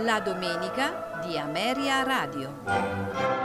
La domenica di Ameria Radio.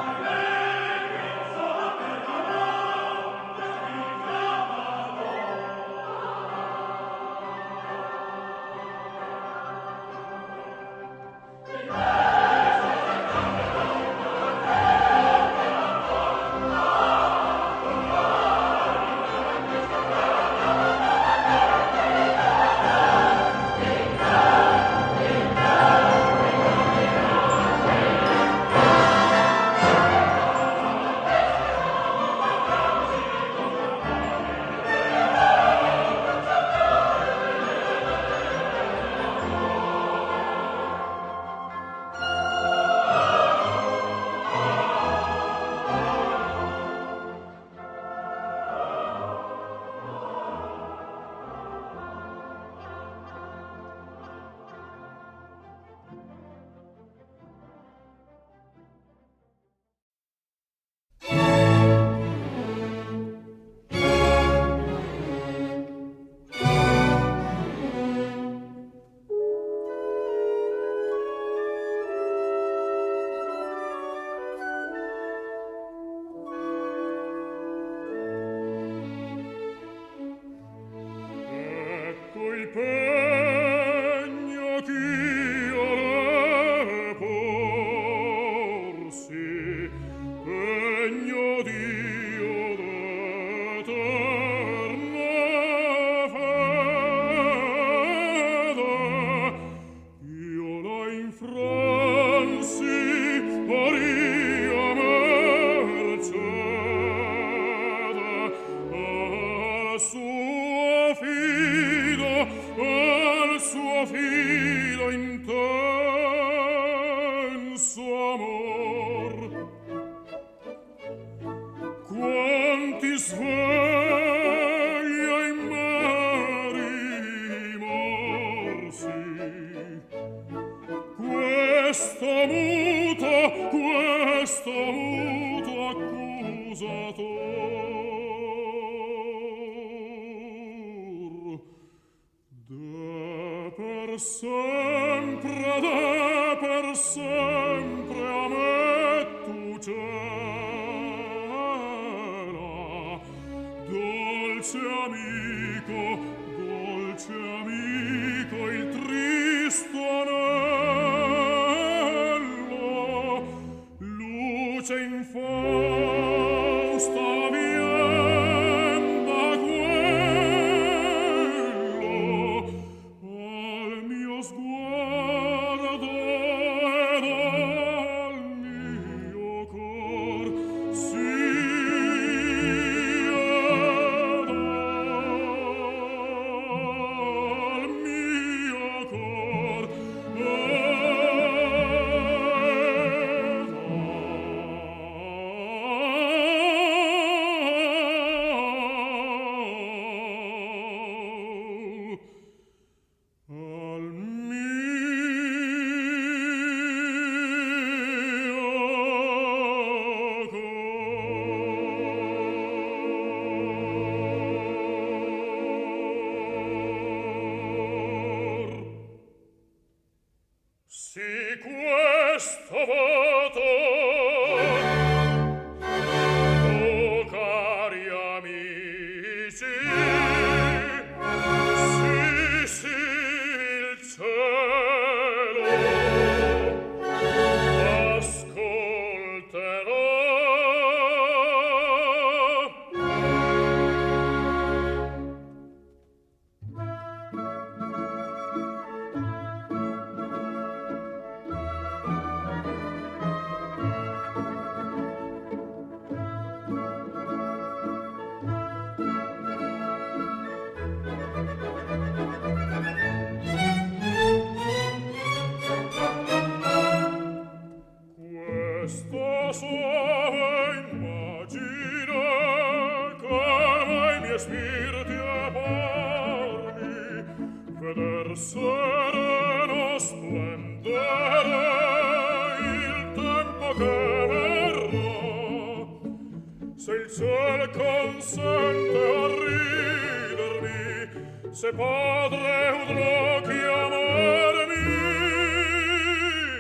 Se padre udrò chiamarmi,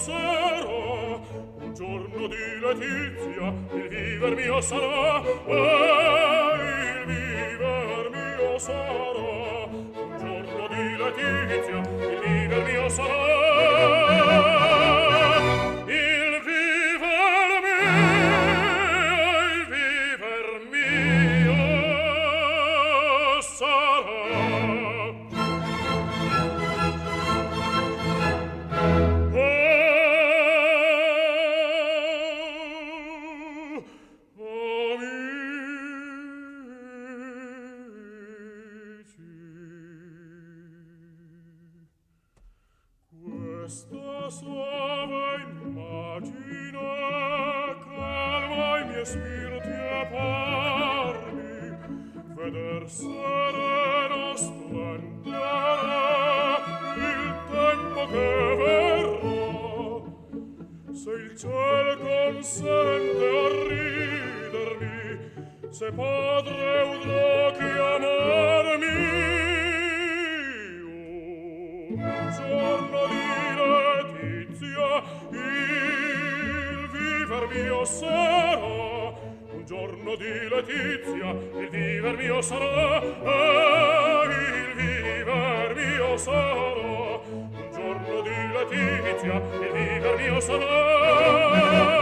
sarà, un giorno di letizia, il viver mio sarà, il viver mio sarà, un giorno di letizia, il viver mio sarà. Questa suave immagine calma i miei spiriti e parmi, veder sereno splendere il tempo che verrà. Se il ciel consente a ridermi, se padre udrò chiamarmi, giorno di letizia, il viver mio sarà, un giorno di letizia, il viver mio sarà, il viver mio sarà, un giorno di letizia, il viver mio sarà.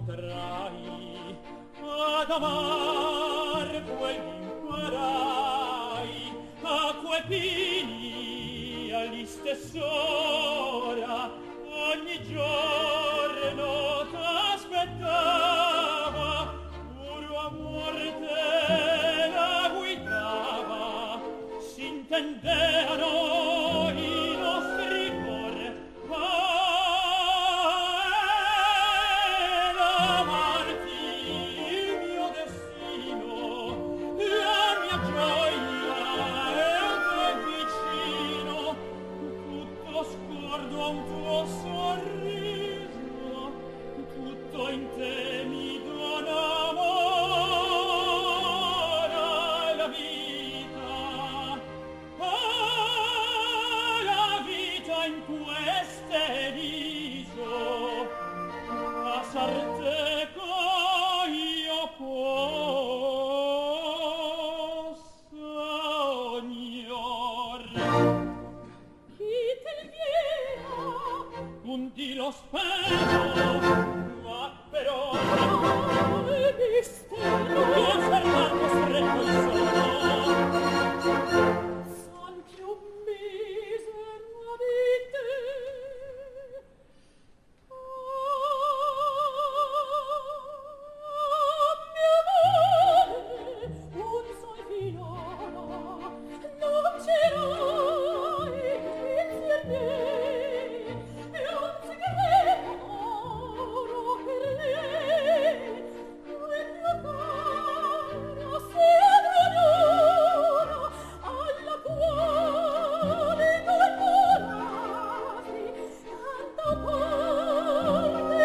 incontrai ad amar quel imparai acque pini agli stess'ora ogni giorno t'aspettava puro amorte la guidava s'intendeano i nostri cuore amarti il mio destino la mia gioia è vicino tutto scordo a un tuo sorriso tutto in te mi dona amore la vita in queste riso sarteco io posso sognar chi te viera un di lo spero ma però mistero conservato stretto il sono son più misera di te mia madre un sol figliolo non c'erai insieme e un segreto oro per lei quel mio caro si adonora alla quale innamorati tanta parte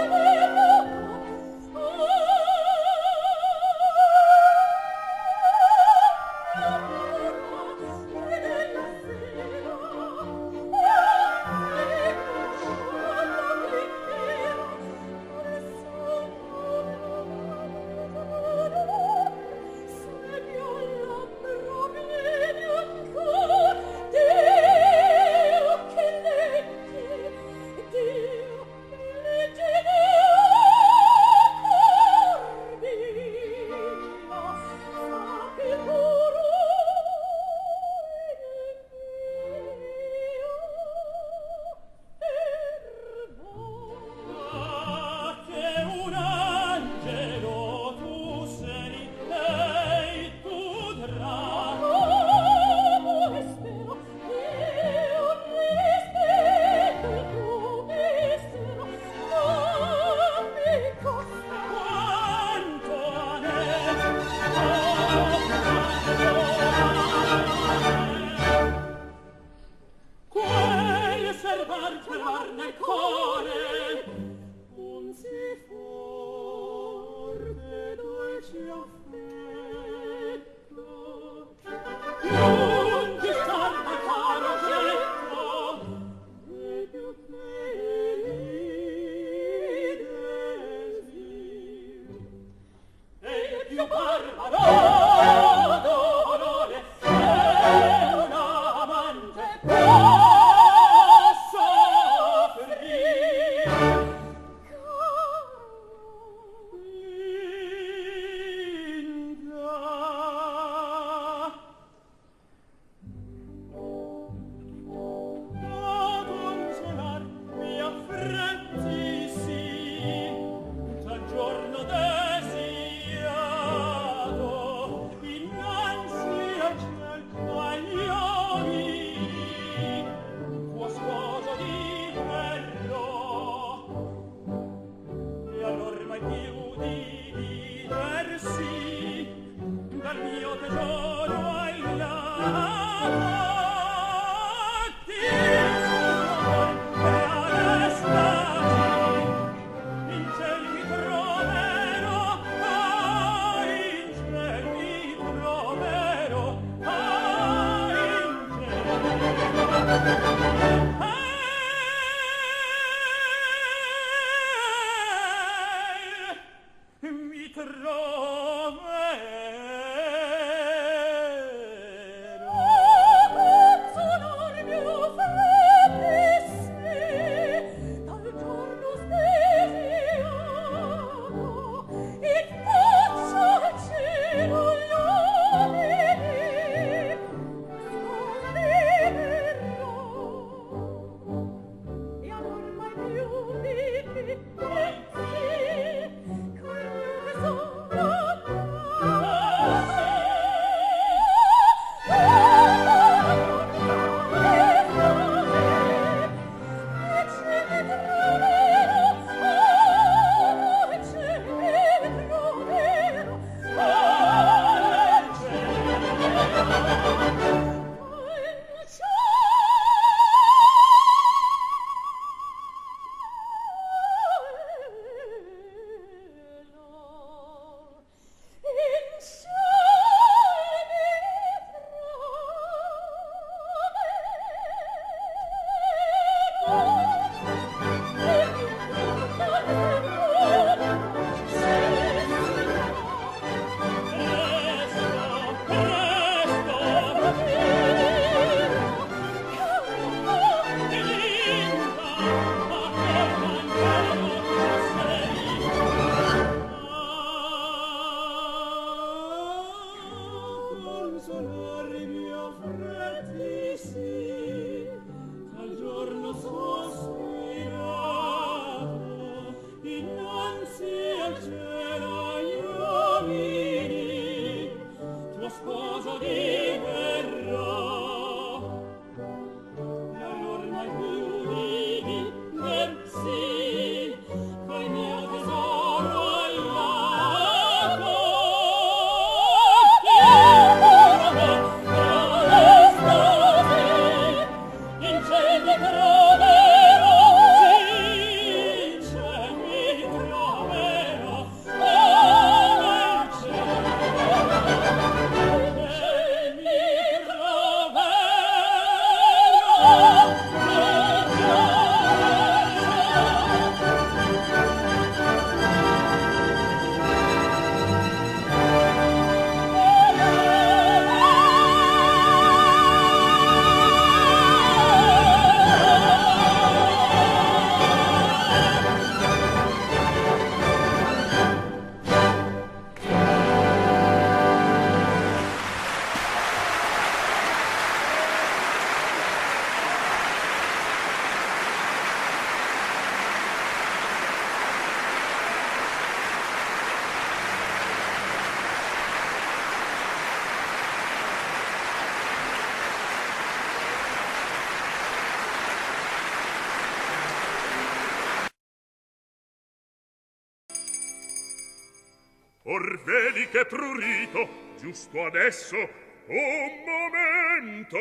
Or vedi che prurito, giusto adesso, un momento.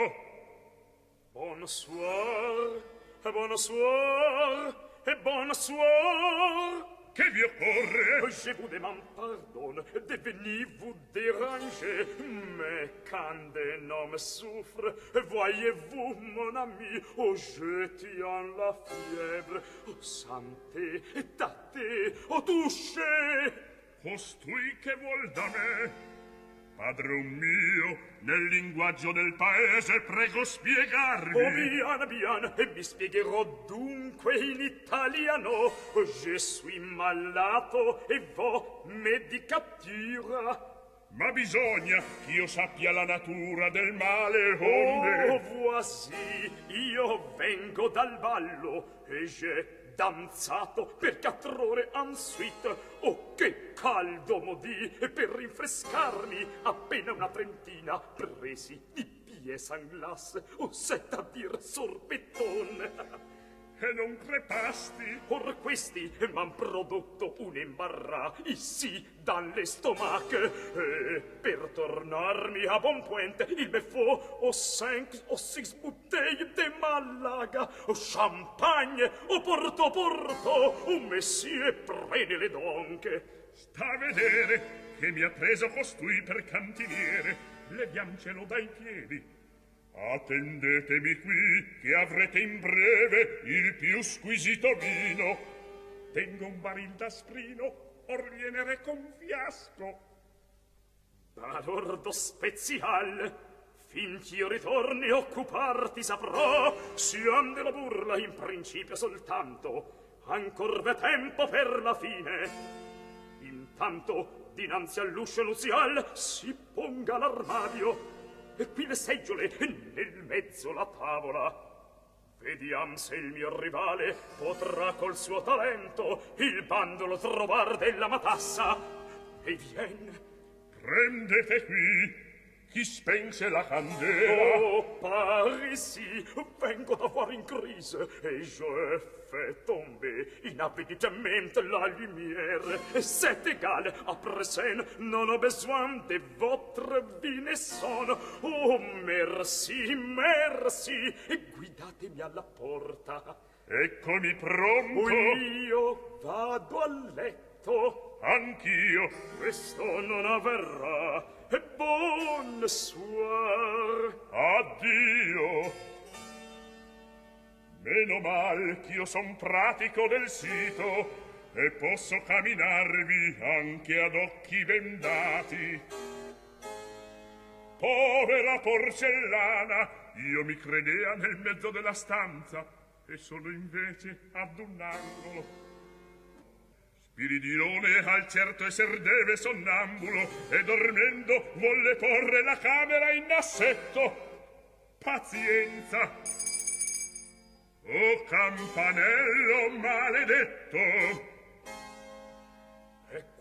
Bonsoir, bonsoir, bonsoir. Che vi occorre? Je vous demande pardon de venir vous déranger, mais quand un homme souffre, voyez-vous, mon ami, oh, je tiens la fièvre, oh, santé, tâtez, oh, touchez. Costui che vuol da me? Padron mio, nel linguaggio del paese prego spiegarmi. Oh, bien, bien, e mi spiegherò dunque in italiano. Je suis malato e vo medicatura. Ma bisogna ch'io sappia la natura del male, onde. Oh, voici, io vengo dal ballo e j'ai danzato per 4 ore ensuite. Oh, che caldo modì! E per rinfrescarmi appena una trentina presi di pièce en glace, oh, c'est-à-dire sorbetone. E non crepasti? Or questi m'han prodotto un imbarras ici dans l'estomac. E per tornarmi a bon point, il me faut 5 o 6 bouteilles de Malaga, o champagne, o porto, o monsieur, prenele donc. Sta a vedere che mi ha preso costui per cantiniere. Leviamcelo dai piedi. Attendetemi qui, che avrete in breve il più squisito vino. Tengo un baril d'asprino, or vienere con fiasco. Balordo spezial, finch'io ritorni occuparti saprò, siam della burla in principio soltanto, ancor v'è tempo per la fine. Intanto, dinanzi all'uscio nuzial, si ponga l'armadio, e qui le seggiole, e nel mezzo la tavola. Vediam se il mio rivale potrà col suo talento il bandolo trovar della matassa. E vien. Prendete qui. Chi spense la candela? Oh, par ici, vengo d'avoir une crise, et je fais tomber inappétitement la lumière. C'est égal, après scène, non ho besoin de votre vinesson. Oh, merci, merci, e guidatemi alla porta. Eccomi pronto. Io vado a letto. Anch'io. Questo non avverrà. E bonsoir. Addio. Meno mal ch'io son pratico del sito e posso camminarvi anche ad occhi bendati. Povera porcellana, io mi credea nel mezzo della stanza e sono invece ad un angolo. Spiridione al certo esser deve sonnambulo e dormendo volle porre la camera in assetto. Pazienza. O campanello maledetto,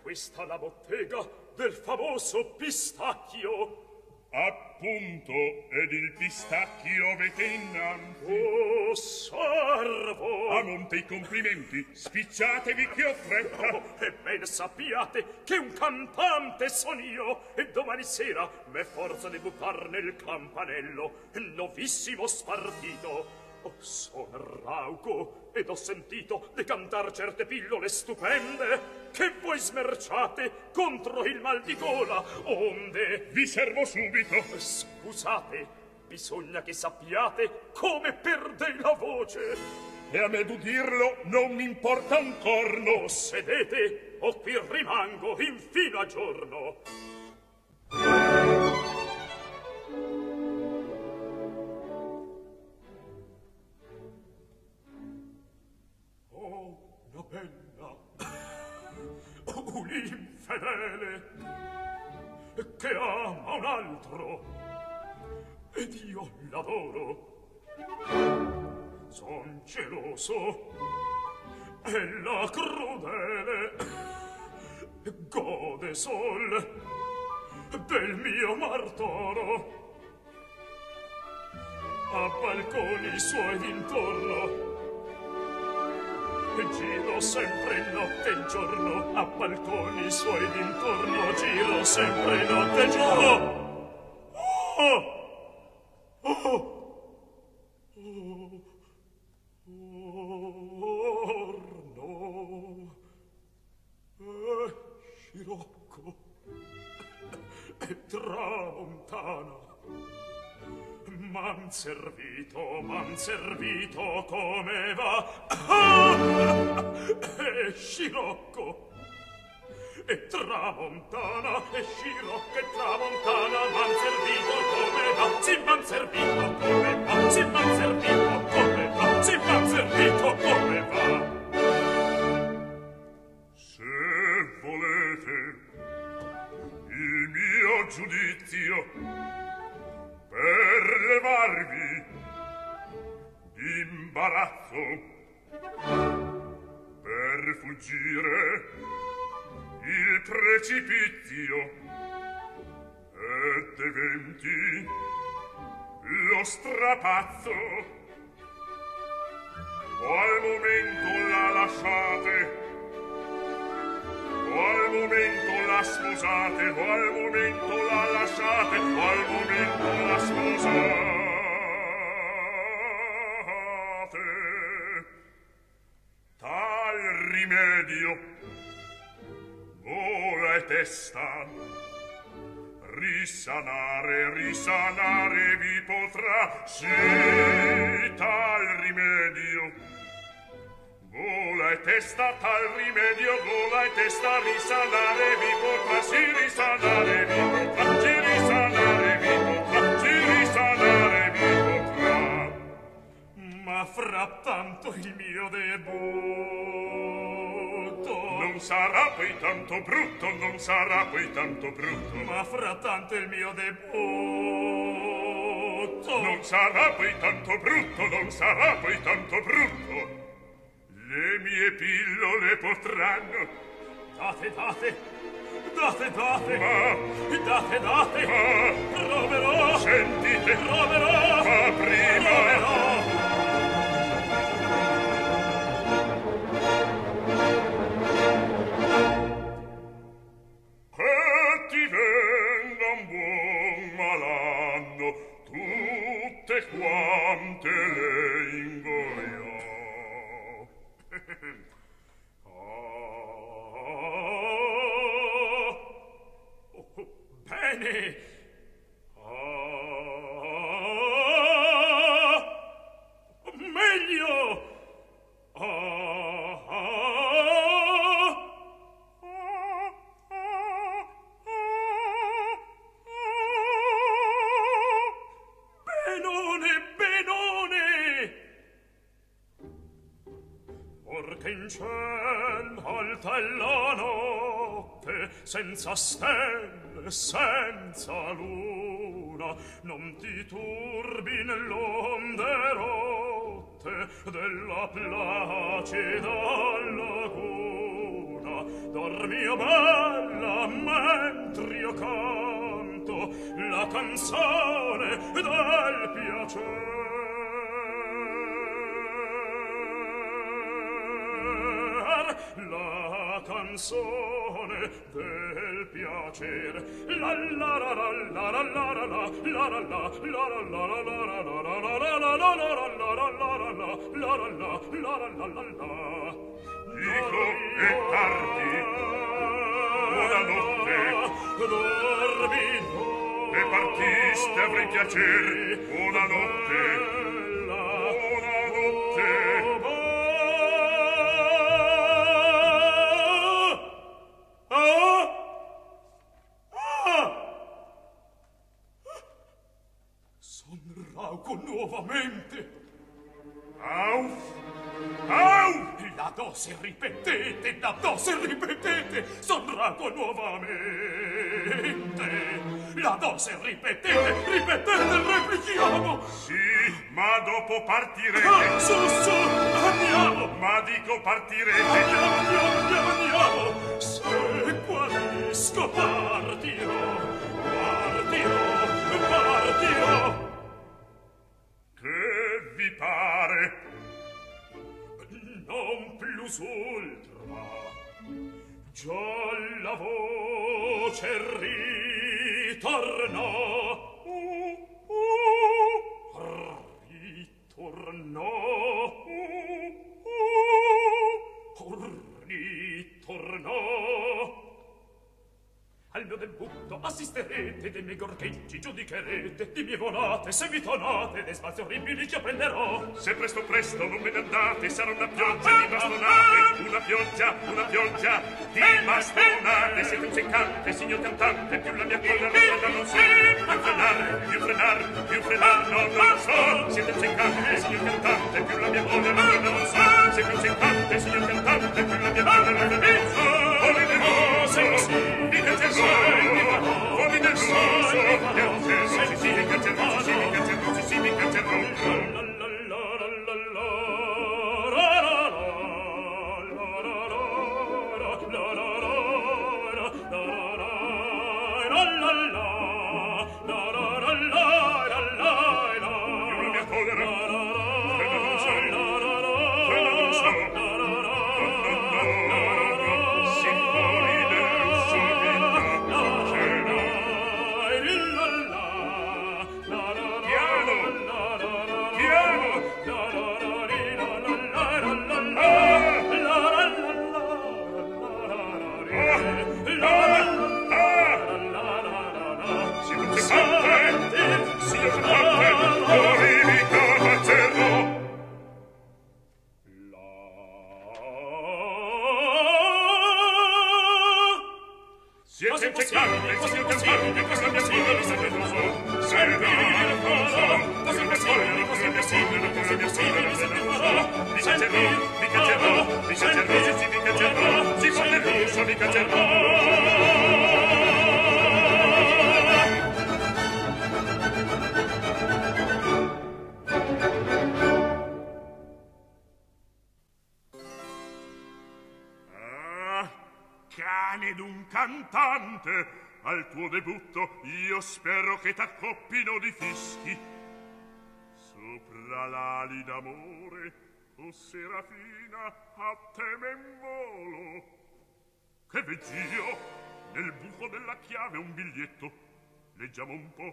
questa la bottega del famoso pistacchio. Appunto, ed il pistacchio avete innanzi. Osservo. A monte i complimenti, spicciatevi che ho fretta. Ebbene sappiate che un cantante son io, e domani sera m'è forza di buttar nel campanello, novissimo spartito. Son rauco ed ho sentito di cantar certe pillole stupende che voi smerciate contro il mal di gola, onde Vi servo subito. scusate, bisogna che sappiate come perde la voce. E a me d'udirlo non mi importa un corno. O sedete o qui rimango infino a giorno. Una bella, un infedele che ama un altro ed io l'adoro. Son geloso e la crudele gode sol del mio martoro. A balconi suoi d'intorno giro sempre notte e giorno, a balconi suoi d'intorno giro sempre notte e giorno. Orno scirocco e tramontana, m'han servito come va. E scirocco e tramontana, e scirocco e tramontana, m'han servito come va, sì m'han servito come va, sì m'han servito come va, sì m'han servito come va. Se volete il mio giudizio per levarvi d'imbarazzo, per fuggire il precipizio ed eventi lo strapazzo, o al momento la lasciate, o al momento la sposate, o al momento la lasciate, o al momento la sposate. Tal rimedio gola e testa risanare vi potrà, sì, tal rimedio gola e testa, tal rimedio gola e testa risanare vi potrà, sì, risanare vi potrà, sì, risanare vi potrà, sì, risanare vi potrà. Ma frattanto il mio debutto non sarà poi tanto brutto, non sarà poi tanto brutto, ma frattanto il mio debutto non sarà poi tanto brutto, non sarà poi tanto brutto. Le mie pillole potranno, date, ma proverò, sentite, proverò, ma prima che ti venga un buon malanno tutte quante le ingoiò. Bene. Meglio. Benone. Orche in ciel alta è la notte, senza stelle, senza luna, non ti turbi nell'onde rotte della placida laguna. Dormi a me mentr'io canto la canzone del piacere. La canzone del piacere. La la la la la la la la la la la la la. Dico è tardi, buonanotte, dormi, e partiste avrei piacere, buonanotte, buonanotte. Son rauco nuovamente. Au! Au! La dose ripetete, la dose ripetete, son rauco nuovamente. La dose ripetete, ripetete, replichiamo. Sì, ma dopo partirete. Su, su, andiamo. Ma dico partirete. Andiamo. Se guarisco partirò. Che vi pare? Non plus ultra. Già la voce ritornò. Ritornò. Al mio debutto assisterete, dei miei gorgheggi giudicherete, di mie volate, se vi tonate, dei spazi orribili che prenderò. Se presto non me ne andate, sarà una pioggia di bastonate, una pioggia di bastonate. Siete un seccante, signor cantante, più la mia colla non so, più frenar, no, non lo so. Siete un seccante, signor cantante, più la mia colla non so. Siete un seccante, signor cantante, più la mia colla non so. Come ne posso, mi cancello, come nel senso, sì, mi cancello, sì, mi cancello. Cane d'un cantante, al tuo debutto io spero che t'accoppino di fischi. Sopra l'ali d'amore, o Serafina, a te men volo. Che vegg'io? Nel buco della chiave un biglietto. Leggiamo un po'.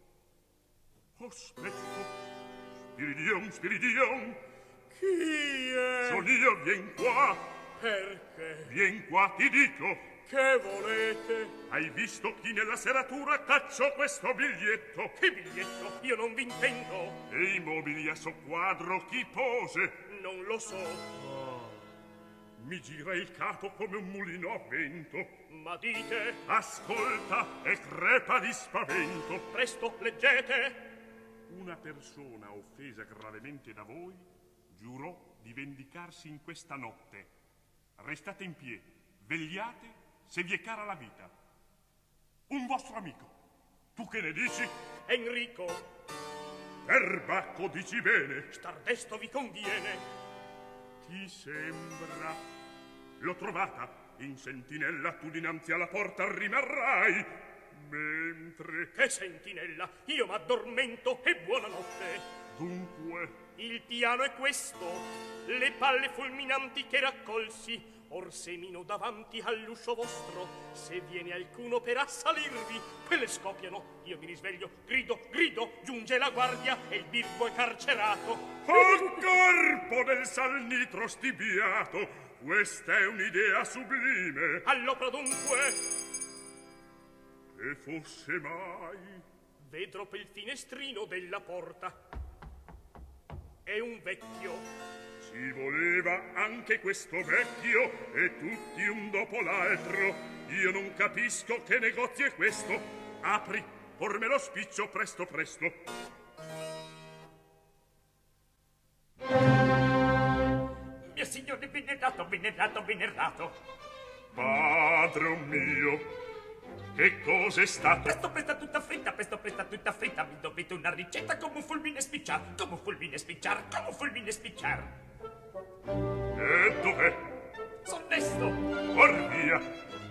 Aspetto. Spiridion. Chi è? Son io, vien qua. Perché? Vien qua, ti dico. Che volete? Hai visto chi nella serratura cacciò questo biglietto? Che biglietto? Io non v'intendo. E i mobili a soqquadro chi pose? Non lo so. Mi gira il capo come un mulino a vento. Ma dite? Ascolta e crepa di spavento. Presto, leggete. Una persona offesa gravemente da voi giurò di vendicarsi in questa notte. Restate in piedi, vegliate se vi è cara la vita. Un vostro amico. Tu che ne dici? Enrico. Perbacco, dici bene. Star desto vi conviene. Ti sembra? L'ho trovata. in sentinella tu dinanzi alla porta rimarrai, mentre... Che sentinella? Io m'addormento e buonanotte. Dunque... Il piano è questo, le palle fulminanti che raccolsi, or semino davanti all'uscio vostro. Se viene alcuno per assalirvi, quelle scoppiano, io mi risveglio, grido, giunge la guardia e il birbo è carcerato. Oh corpo del salnitro stibiato, questa è un'idea sublime. All'opera dunque. Che fosse mai? Vedrò pel finestrino della porta. È un vecchio. Ci voleva anche questo vecchio e tutti un dopo l'altro. Io non capisco che negozio è questo. Apri, porme lo spiccio presto presto. Mio signore venerato. Padre mio, che cosa è stato? Presto presta tutta fritta, mi dovete una ricetta come un fulmine spicciar. E dov'è? Son desto, Or via.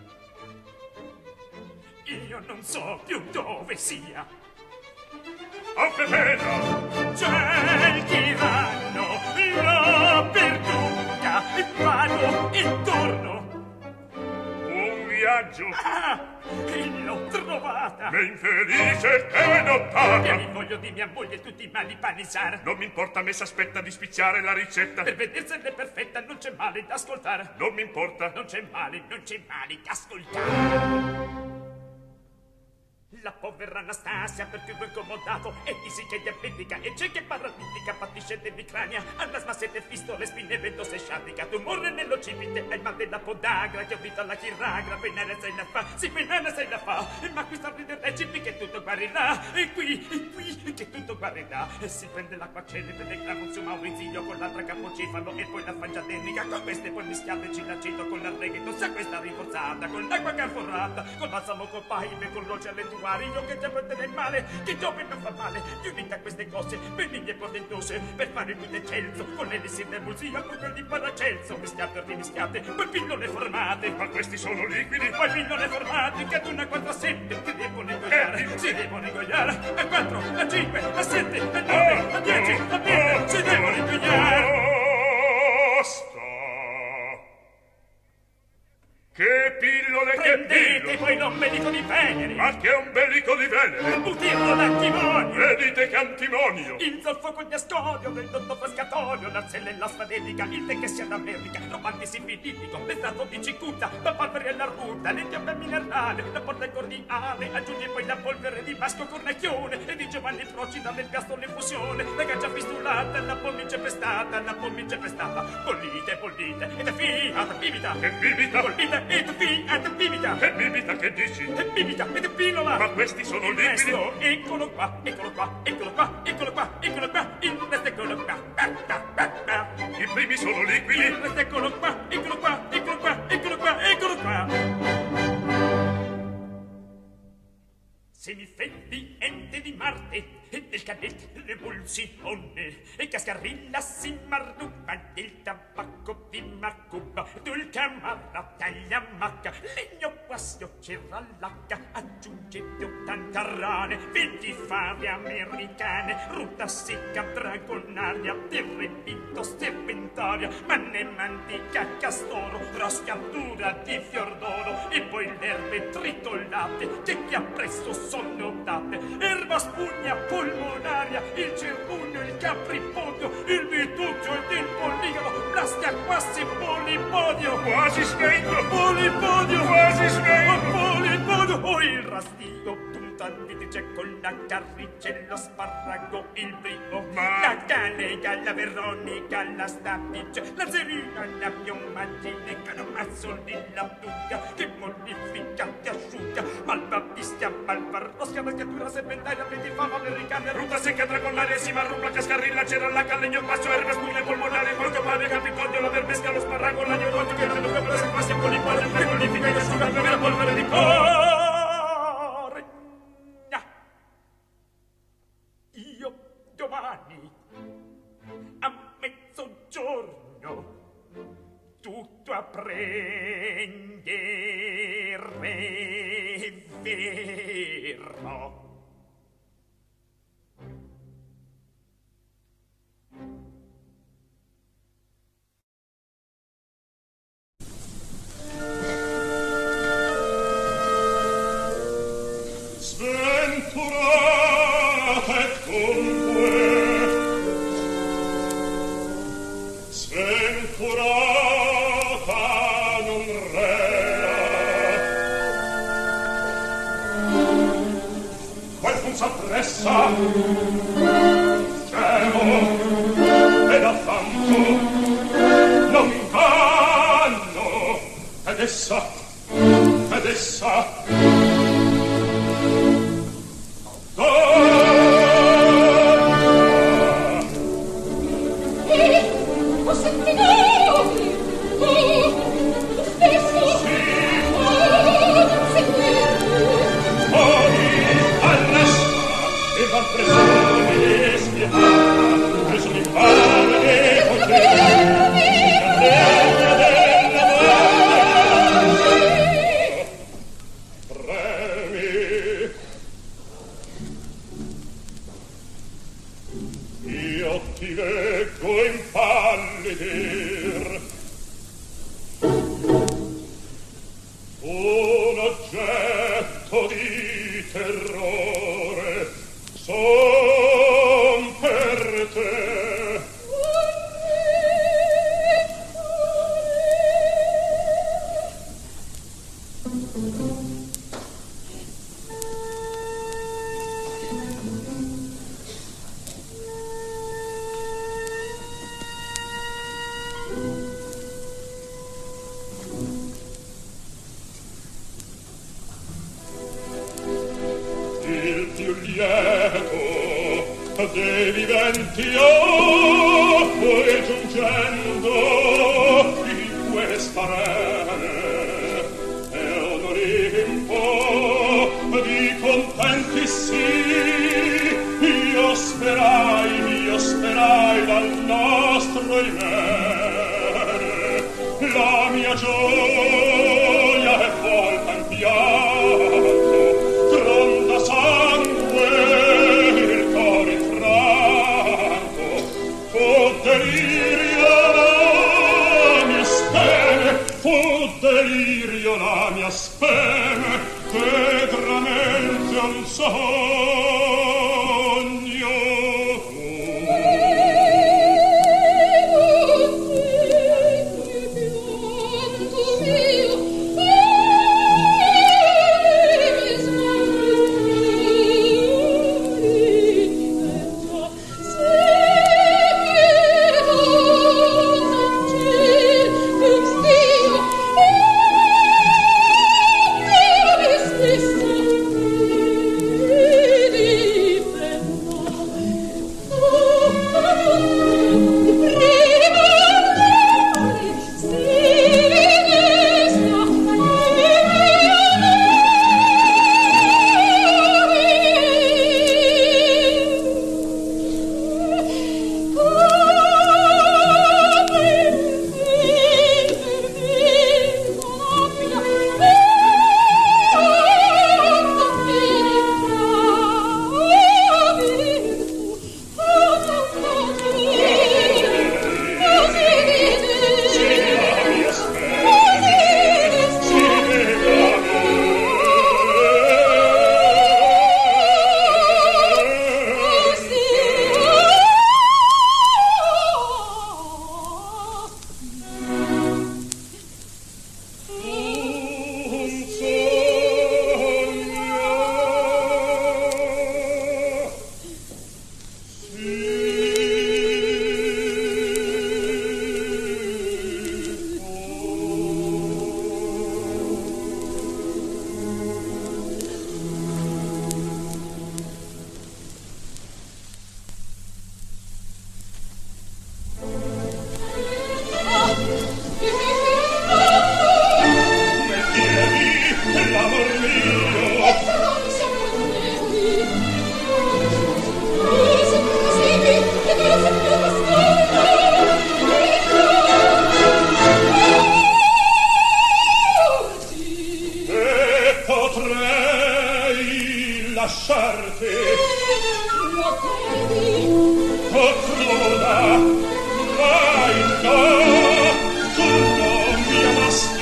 io non so più dove sia. Oh che pena! C'è il tiranno, l'ho perduta, vado e torno. Buon viaggio! Ah, e l'ho trovata. Me infelice che nottata! Vieni, voglio di mia moglie tutti i mali panisar. Non mi importa, me s'aspetta di spicciare la ricetta. Per vedersene perfetta non c'è male da ascoltare. Non mi importa. Non c'è male da ascoltare. La povera Anastasia per più incomodato e disi che diabetica e c'è che paralitica patisce dell'icrania all'asma sete fistole spine ventose sciatica tumore nell'occipite e il mal della podagra che ho vita alla chirragra venere sei la fa si venere sei la fa ma qui sta ridere recipi che tutto guarirà e qui che tutto guarirà e si prende l'acqua celebre del Gramuzio Maurizio con l'altra capocifalo e poi la fagiatennica con queste poi mischiate cilacito con l'arreghetto sia questa rinforzata con l'acqua carforata con balsamo col paime con l'oce alle tuari io che te prendere il male che dopo non fa male ti unite a queste cose benigne e portentose per fare il tutto eccelso con l'elisir del bolsillo con quel di Paracelso mischiate o rimischiate poi pillole formate Ma questi sono liquidi. poi pillole formate che ad una 4 a 7 che devono ingoiare si devono ingoiare a 4 a 5 a 7 a 9 a 10 a 20 si devono ingoiare. Basta! Che pillole, Prendete che pillole! poi l'ombelico di Venere Ma che ombelico di Venere! butirlo d'antimonio E dite che antimonio! il zolfo con diascodio del dotto pescatorio l'arsella e la sfadetica il te che sia d'America romanti sifilitico l'estrato di cicuta la palperi e la ruta l'etiopia minerale la porta cordiale aggiungi poi la polvere di Vasco Cornacchione e di Giovanni Procida nel piasto l'infusione la gaggia fistulata la pomice pestata bollite ed è fiata bibita Che bibita! bollite ed fiata bibita Che bibita, che dici? e bibita ed è pillola Ma questi sono il liquidi! resto, eccolo qua, il resto eccolo qua. I primi sono liquidi! Il resto eccolo qua. Semifreddi, ente di Marte, e del cadet l'emulsione, e cascarilla si marruba, del tabacco di Macuba, dulca marra, taglia macca, legno quassio, c'era lacca, aggiungete 80 rane, 20 fave americane, ruta secca, dragonaria, terrepito, serpentaria, manne mantica, castoro, roscatura di fior d'oro, e poi le erbe tritolate, che qui appresso sono date, erba spugna polmonaria, il gerunio, il capripodio, il vitugio ed il poligamo, plastia quasi polipodio, Quasi sveglio! polipodio, Quasi sveglio! polipodio, o il rastio, puntan vitice con la carrice, lo sparago, il primo, Ma- la calega, la veronica, la stapice, la zerina, la piomaginica, la mazzolina, la tuga, che mollifica, ti asciuga, malvapistia, malvarrosca, la schiatura serpentaria, vedi fava, le ricane, Ruta secca, dragonaria, si marruba, cascarilla, c'era lacca, legno quassio, erba spugna polmonare, porco pane, capicodio, la vermesca, lo sparrago, l'agno d'occhio, che la duca, la sequassia, polipodio, che mollifica, ti asciuga, la polvere di Corna. Io domani a mezzogiorno tutto apprendo è vero. Sventurata e dunque, sventurata non rea, qualcun s'appressa, gemo, ed affanto, non m'inganno, ed essa, Ho sentito! Stesso! Sì! Poi Arresta e va preso e spietata, preso l'infame e premi. Io ti leggo impallidir, un oggetto di terrore son per te. Il più lieto dei viventi poi giungendo in questa rene e Olimpo di contenti sì, io sperai dal nostro imene, la mia gioia è volta in pianto, gronda sangue il cor infranto, fu delirio la mia speme, vetramente un sogno. Stesso lasciarte. Lo devi. Oh, cruda, vai, no, tu non mi amasti.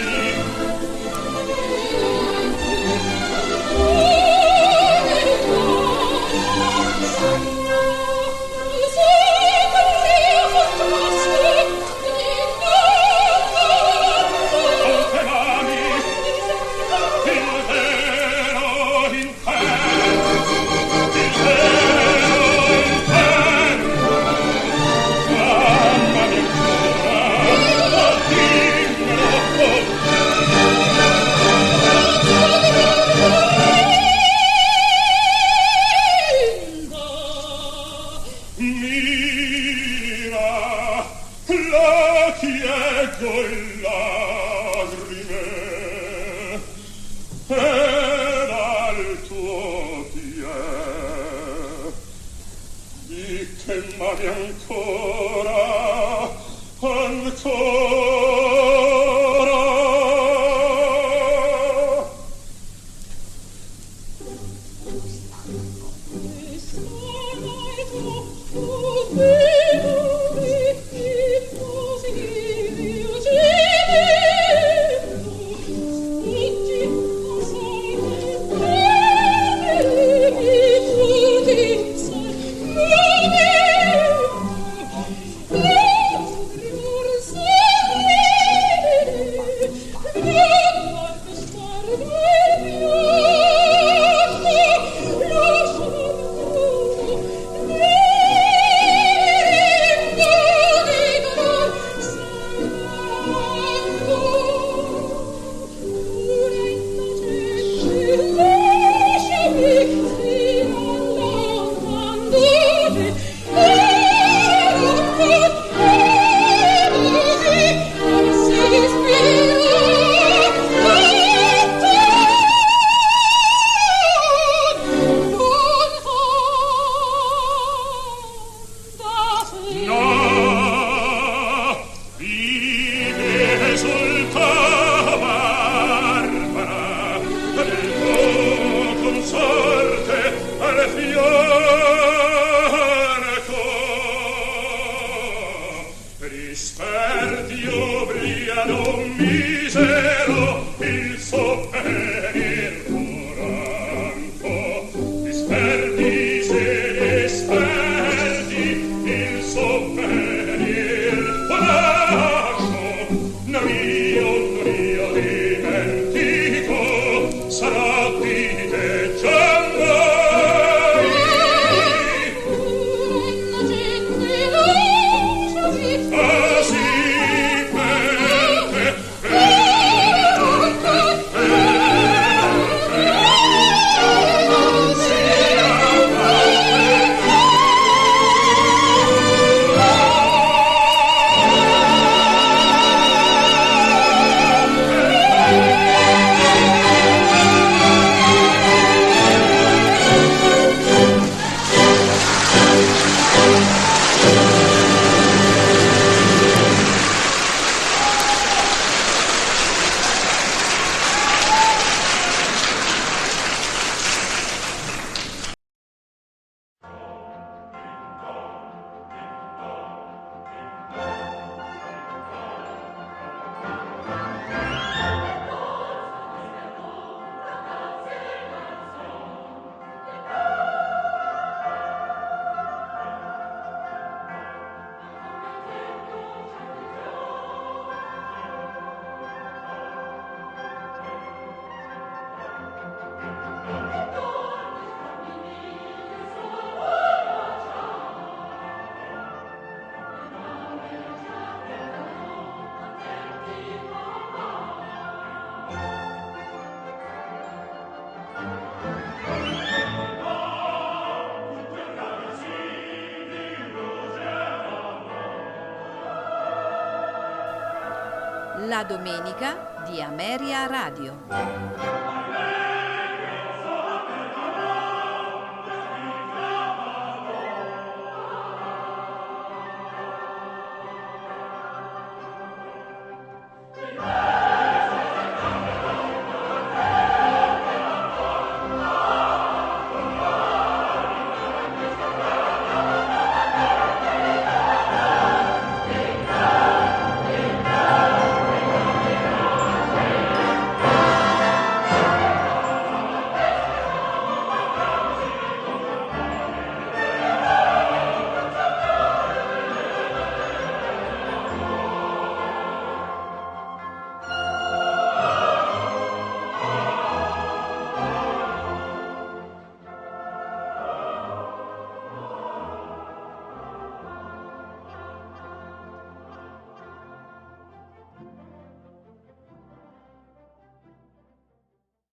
La domenica di Ameria Radio.